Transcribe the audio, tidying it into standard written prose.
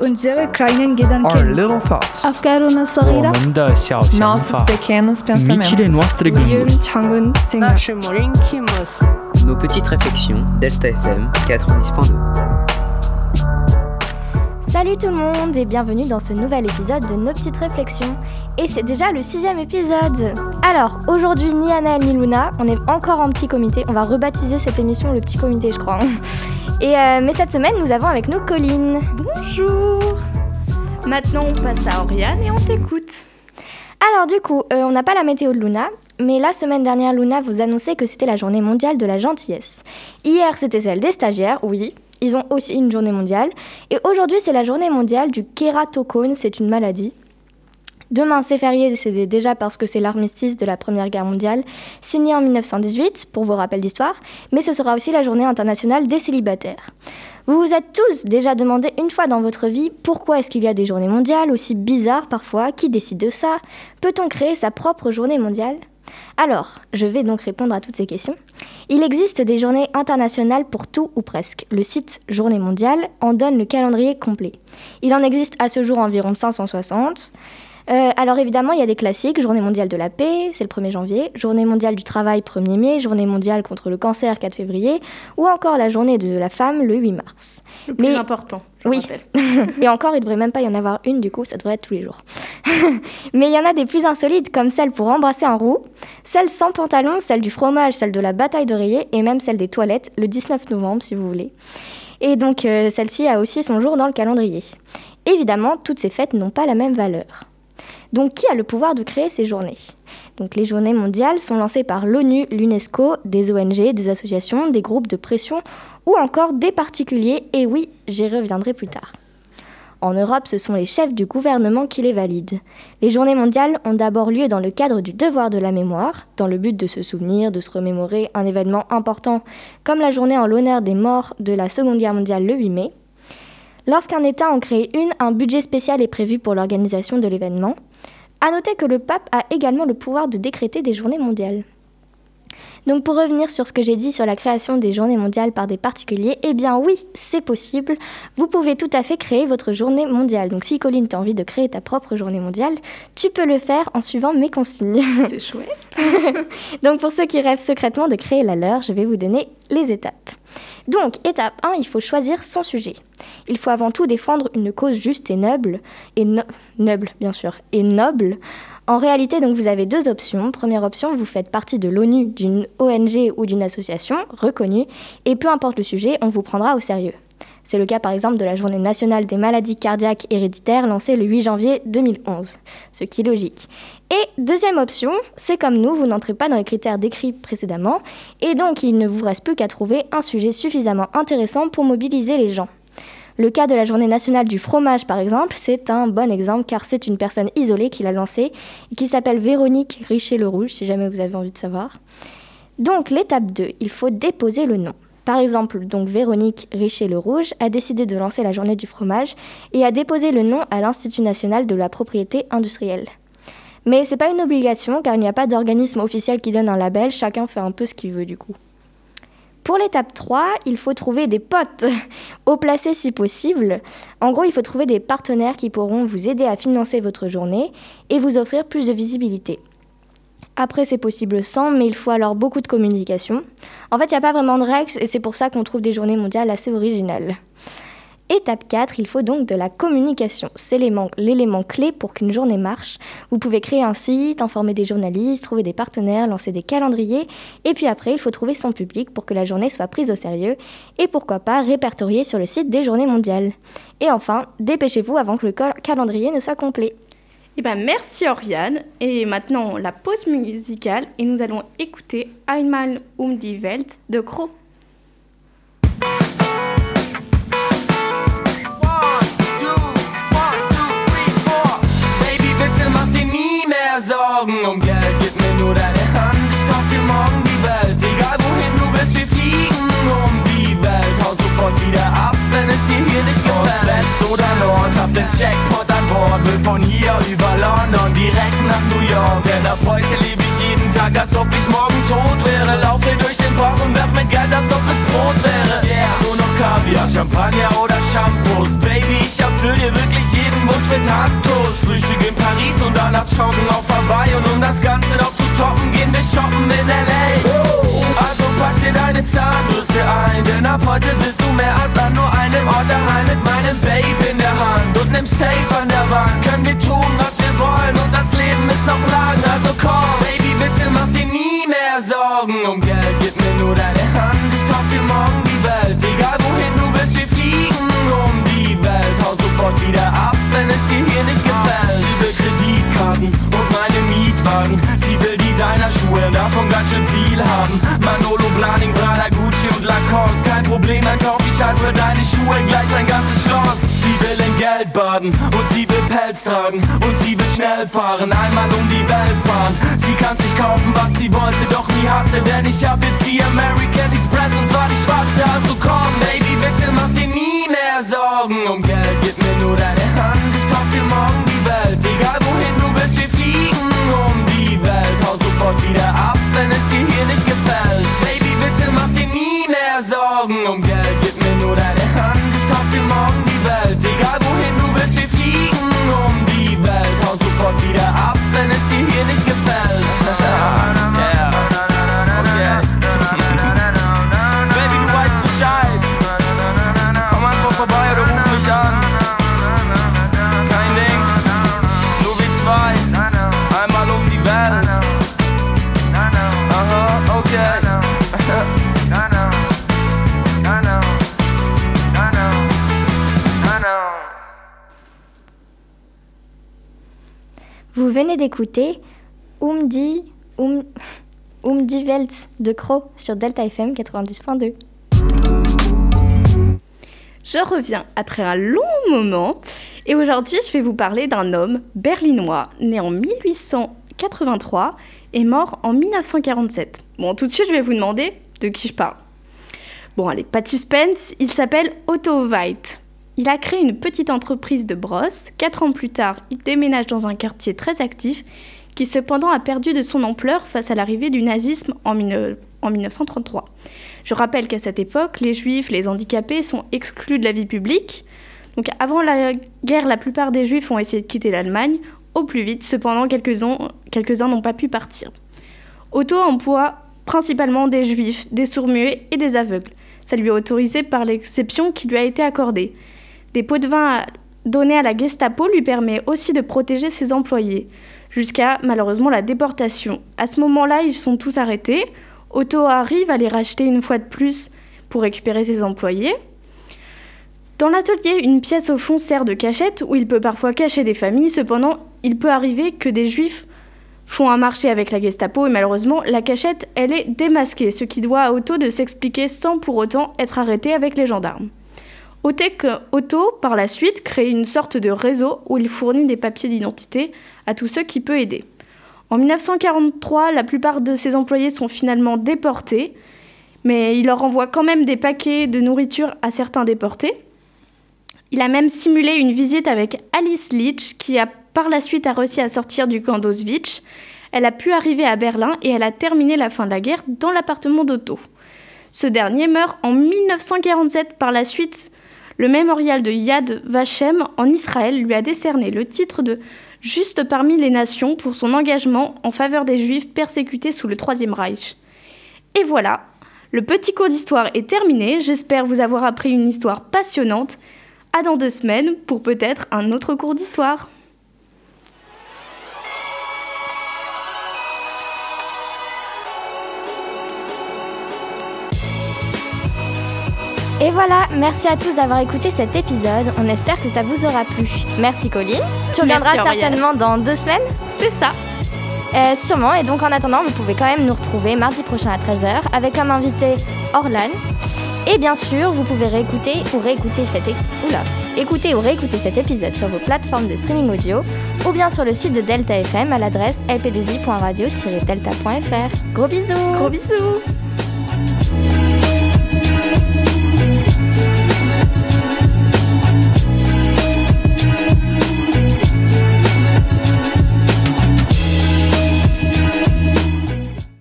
unsere kleinen Gedanken. Our little thoughts. أفكارنا الصغيرة. Nossos pequenos pensamentos. Mentire nostre gânduri. 작은 생각. Nos petites réflexions, Delta FM 90.2. Salut tout le monde et bienvenue dans ce nouvel épisode de Nos Petites Réflexions. Et c'est déjà le 6e épisode. Alors, aujourd'hui, ni Anaël ni Luna, on est encore en petit comité. On va rebaptiser cette émission le petit comité, je crois. Mais cette semaine, nous avons avec nous Colline. Bonjour. Maintenant, on passe à Oriane et on t'écoute. Alors du coup, on n'a pas la météo de Luna, mais la semaine dernière, Luna vous annonçait que c'était la journée mondiale de la gentillesse. Hier, c'était celle des stagiaires, oui. Ils ont aussi une journée mondiale. Et aujourd'hui, c'est la journée mondiale du kératocone, c'est une maladie. Demain, c'est férié, c'est déjà parce que c'est l'armistice de la Première Guerre mondiale, signé en 1918, pour vos rappels d'histoire, mais ce sera aussi la journée internationale des célibataires. Vous vous êtes tous déjà demandé une fois dans votre vie pourquoi est-ce qu'il y a des journées mondiales aussi bizarres parfois, qui décide de ça ? Peut-on créer sa propre journée mondiale ? Alors, je vais donc répondre à toutes ces questions. Il existe des journées internationales pour tout ou presque. Le site Journée mondiale en donne le calendrier complet. Il en existe à ce jour environ 560. Alors évidemment, il y a des classiques. Journée mondiale de la paix, c'est le 1er janvier. Journée mondiale du travail, 1er mai. Journée mondiale contre le cancer, 4 février. Ou encore la journée de la femme, le 8 mars. Le plus important, je rappelle. Et encore, il ne devrait même pas y en avoir une, du coup, ça devrait être tous les jours. Mais il y en a des plus insolites, comme celle pour embrasser un roux, celle sans pantalon, celle du fromage, celle de la bataille d'oreiller, et même celle des toilettes, le 19 novembre, si vous voulez. Et donc, celle-ci a aussi son jour dans le calendrier. Évidemment, toutes ces fêtes n'ont pas la même valeur. Donc, qui a le pouvoir de créer ces journées ? Donc, les journées mondiales sont lancées par l'ONU, l'UNESCO, des ONG, des associations, des groupes de pression ou encore des particuliers. Et oui, j'y reviendrai plus tard. En Europe, ce sont les chefs du gouvernement qui les valident. Les journées mondiales ont d'abord lieu dans le cadre du devoir de la mémoire, dans le but de se souvenir, de se remémorer un événement important, comme la journée en l'honneur des morts de la Seconde Guerre mondiale le 8 mai. Lorsqu'un État en crée une, un budget spécial est prévu pour l'organisation de l'événement. À noter que le pape a également le pouvoir de décréter des journées mondiales. Donc pour revenir sur ce que j'ai dit sur la création des journées mondiales par des particuliers, eh bien oui, c'est possible. Vous pouvez tout à fait créer votre journée mondiale. Donc si Colline, t'as envie de créer ta propre journée mondiale, tu peux le faire en suivant mes consignes. C'est chouette. Donc pour ceux qui rêvent secrètement de créer la leur, je vais vous donner les étapes. Donc, étape 1, il faut choisir son sujet. Il faut avant tout défendre une cause juste et noble, noble. En réalité, donc, vous avez deux options. Première option, vous faites partie de l'ONU, d'une ONG ou d'une association reconnue, et peu importe le sujet, on vous prendra au sérieux. C'est le cas par exemple de la Journée nationale des maladies cardiaques héréditaires lancée le 8 janvier 2011, ce qui est logique. Et deuxième option, c'est comme nous, vous n'entrez pas dans les critères décrits précédemment, et donc il ne vous reste plus qu'à trouver un sujet suffisamment intéressant pour mobiliser les gens. Le cas de la Journée nationale du fromage par exemple, c'est un bon exemple car c'est une personne isolée qui l'a lancée et qui s'appelle Véronique Richer-le-Rouge, si jamais vous avez envie de savoir. Donc l'étape 2, il faut déposer le nom. Par exemple, donc Véronique Richer-le-Rouge a décidé de lancer la journée du fromage et a déposé le nom à l'Institut national de la propriété industrielle. Mais c'est pas une obligation car il n'y a pas d'organisme officiel qui donne un label, chacun fait un peu ce qu'il veut du coup. Pour l'étape 3, il faut trouver des potes, haut placés si possible. En gros, il faut trouver des partenaires qui pourront vous aider à financer votre journée et vous offrir plus de visibilité. Après, c'est possible sans, mais il faut alors beaucoup de communication. En fait, il n'y a pas vraiment de règles et c'est pour ça qu'on trouve des journées mondiales assez originales. Étape 4, il faut donc de la communication. C'est l'élément clé pour qu'une journée marche. Vous pouvez créer un site, informer des journalistes, trouver des partenaires, lancer des calendriers. Et puis après, il faut trouver son public pour que la journée soit prise au sérieux. Et pourquoi pas répertorier sur le site des journées mondiales. Et enfin, dépêchez-vous avant que le calendrier ne soit complet. Eh ben, merci Oriane. Et maintenant, la pause musicale. Et nous allons écouter Einmal die Welt de Crow. Sorgen um Geld, gib mir nur deine Hand, ich kauf dir morgen die Welt. Egal wohin du willst, wir fliegen um die Welt. Hau sofort wieder ab, wenn es dir hier nicht gefällt. West oder Nord, hab den Jackpot an Bord. Will von hier über London direkt nach New York. Denn ab heute lebe ich jeden Tag, als ob ich morgen tot wäre. Laufe durch den Park und werf mit Geld um Geld, gib mir nur deine Hand, ich kauf dir morgen die Welt. Egal wohin du willst, wir fliegen um die Welt. Hau sofort wieder ab, wenn es dir hier nicht gefällt. Sie will Kreditkarten und meine Mietwagen. Sie will Designerschuhe, davon ganz schön viel haben. Manolo, Blahnik, Prada, Gucci und Lacoste. Kein Problem, dann kauf ich halt für deine Schuhe gleich ein ganzes Schloss. Sie will in Geld baden und sie will Pelz tragen und sie will schnell fahren, einmal um die Welt fahren. Sie kann sich kaufen, was sie wollte, doch nie hatte, denn ich hab jetzt die American Express und zwar die schwarze. Also komm, Baby, bitte mach dir nie mehr Sorgen um Geld, gib mir nur deine Hand, ich kauf dir morgen die Welt. Egal wohin du willst, wir fliegen um die Welt. Hau sofort wieder ab, wenn es dir hier nicht gefällt. Baby, bitte mach dir nie mehr Sorgen um Geld, gib mir nur deine Hand, ich kauf dir morgen die Welt. Egal wohin du willst, wir fliegen um die Welt. Hau sofort wieder ab, wenn es dir hier nicht gefällt. Yeah. Okay. Baby, du weißt Bescheid. Komm einfach vorbei oder ruf mich an. Kein Ding, nur wir zwei. Einmal um die Welt. Aha, okay. Vous venez d'écouter die Welt de Crow sur Delta FM 90.2. Je reviens après un long moment et aujourd'hui je vais vous parler d'un homme berlinois né en 1883 et mort en 1947. Bon, tout de suite je vais vous demander de qui je parle. Bon, allez, pas de suspense, il s'appelle Otto Weith. Il a créé une petite entreprise de brosse. 4 ans plus tard, il déménage dans un quartier très actif qui cependant a perdu de son ampleur face à l'arrivée du nazisme en 1933. Je rappelle qu'à cette époque, les juifs, les handicapés sont exclus de la vie publique. Donc avant la guerre, la plupart des juifs ont essayé de quitter l'Allemagne au plus vite. Cependant, quelques-uns n'ont pas pu partir. Otto emploie principalement des juifs, des sourds-muets et des aveugles. Ça lui est autorisé par l'exception qui lui a été accordée. Des pots de vin donnés à la Gestapo lui permet aussi de protéger ses employés, jusqu'à malheureusement la déportation. À ce moment-là, ils sont tous arrêtés. Otto arrive à les racheter une fois de plus pour récupérer ses employés. Dans l'atelier, une pièce au fond sert de cachette où il peut parfois cacher des familles. Cependant, il peut arriver que des juifs font un marché avec la Gestapo et malheureusement, la cachette, elle est démasquée, ce qui doit à Otto de s'expliquer sans pour autant être arrêté avec les gendarmes. Otto, par la suite, crée une sorte de réseau où il fournit des papiers d'identité à tous ceux qui peuvent aider. En 1943, la plupart de ses employés sont finalement déportés, mais il leur envoie quand même des paquets de nourriture à certains déportés. Il a même simulé une visite avec Alice Leach, qui a par la suite réussi à sortir du camp d'Auschwitz. Elle a pu arriver à Berlin et elle a terminé la fin de la guerre dans l'appartement d'Otto. Ce dernier meurt en 1947. Par la suite, le mémorial de Yad Vashem en Israël lui a décerné le titre de Juste parmi les nations pour son engagement en faveur des Juifs persécutés sous le Troisième Reich. Et voilà, le petit cours d'histoire est terminé. J'espère vous avoir appris une histoire passionnante. À dans 2 semaines pour peut-être un autre cours d'histoire. Et voilà, merci à tous d'avoir écouté cet épisode. On espère que ça vous aura plu. Merci Colline. Tu reviendras certainement dans 2 semaines. C'est ça. Sûrement. Et donc en attendant, vous pouvez quand même nous retrouver mardi prochain à 13h avec comme invité Orlan. Et bien sûr, vous pouvez écouter ou réécouter cet épisode sur vos plateformes de streaming audio ou bien sur le site de Delta FM à l'adresse lp2i.radio-delta.fr. Gros bisous. Gros bisous.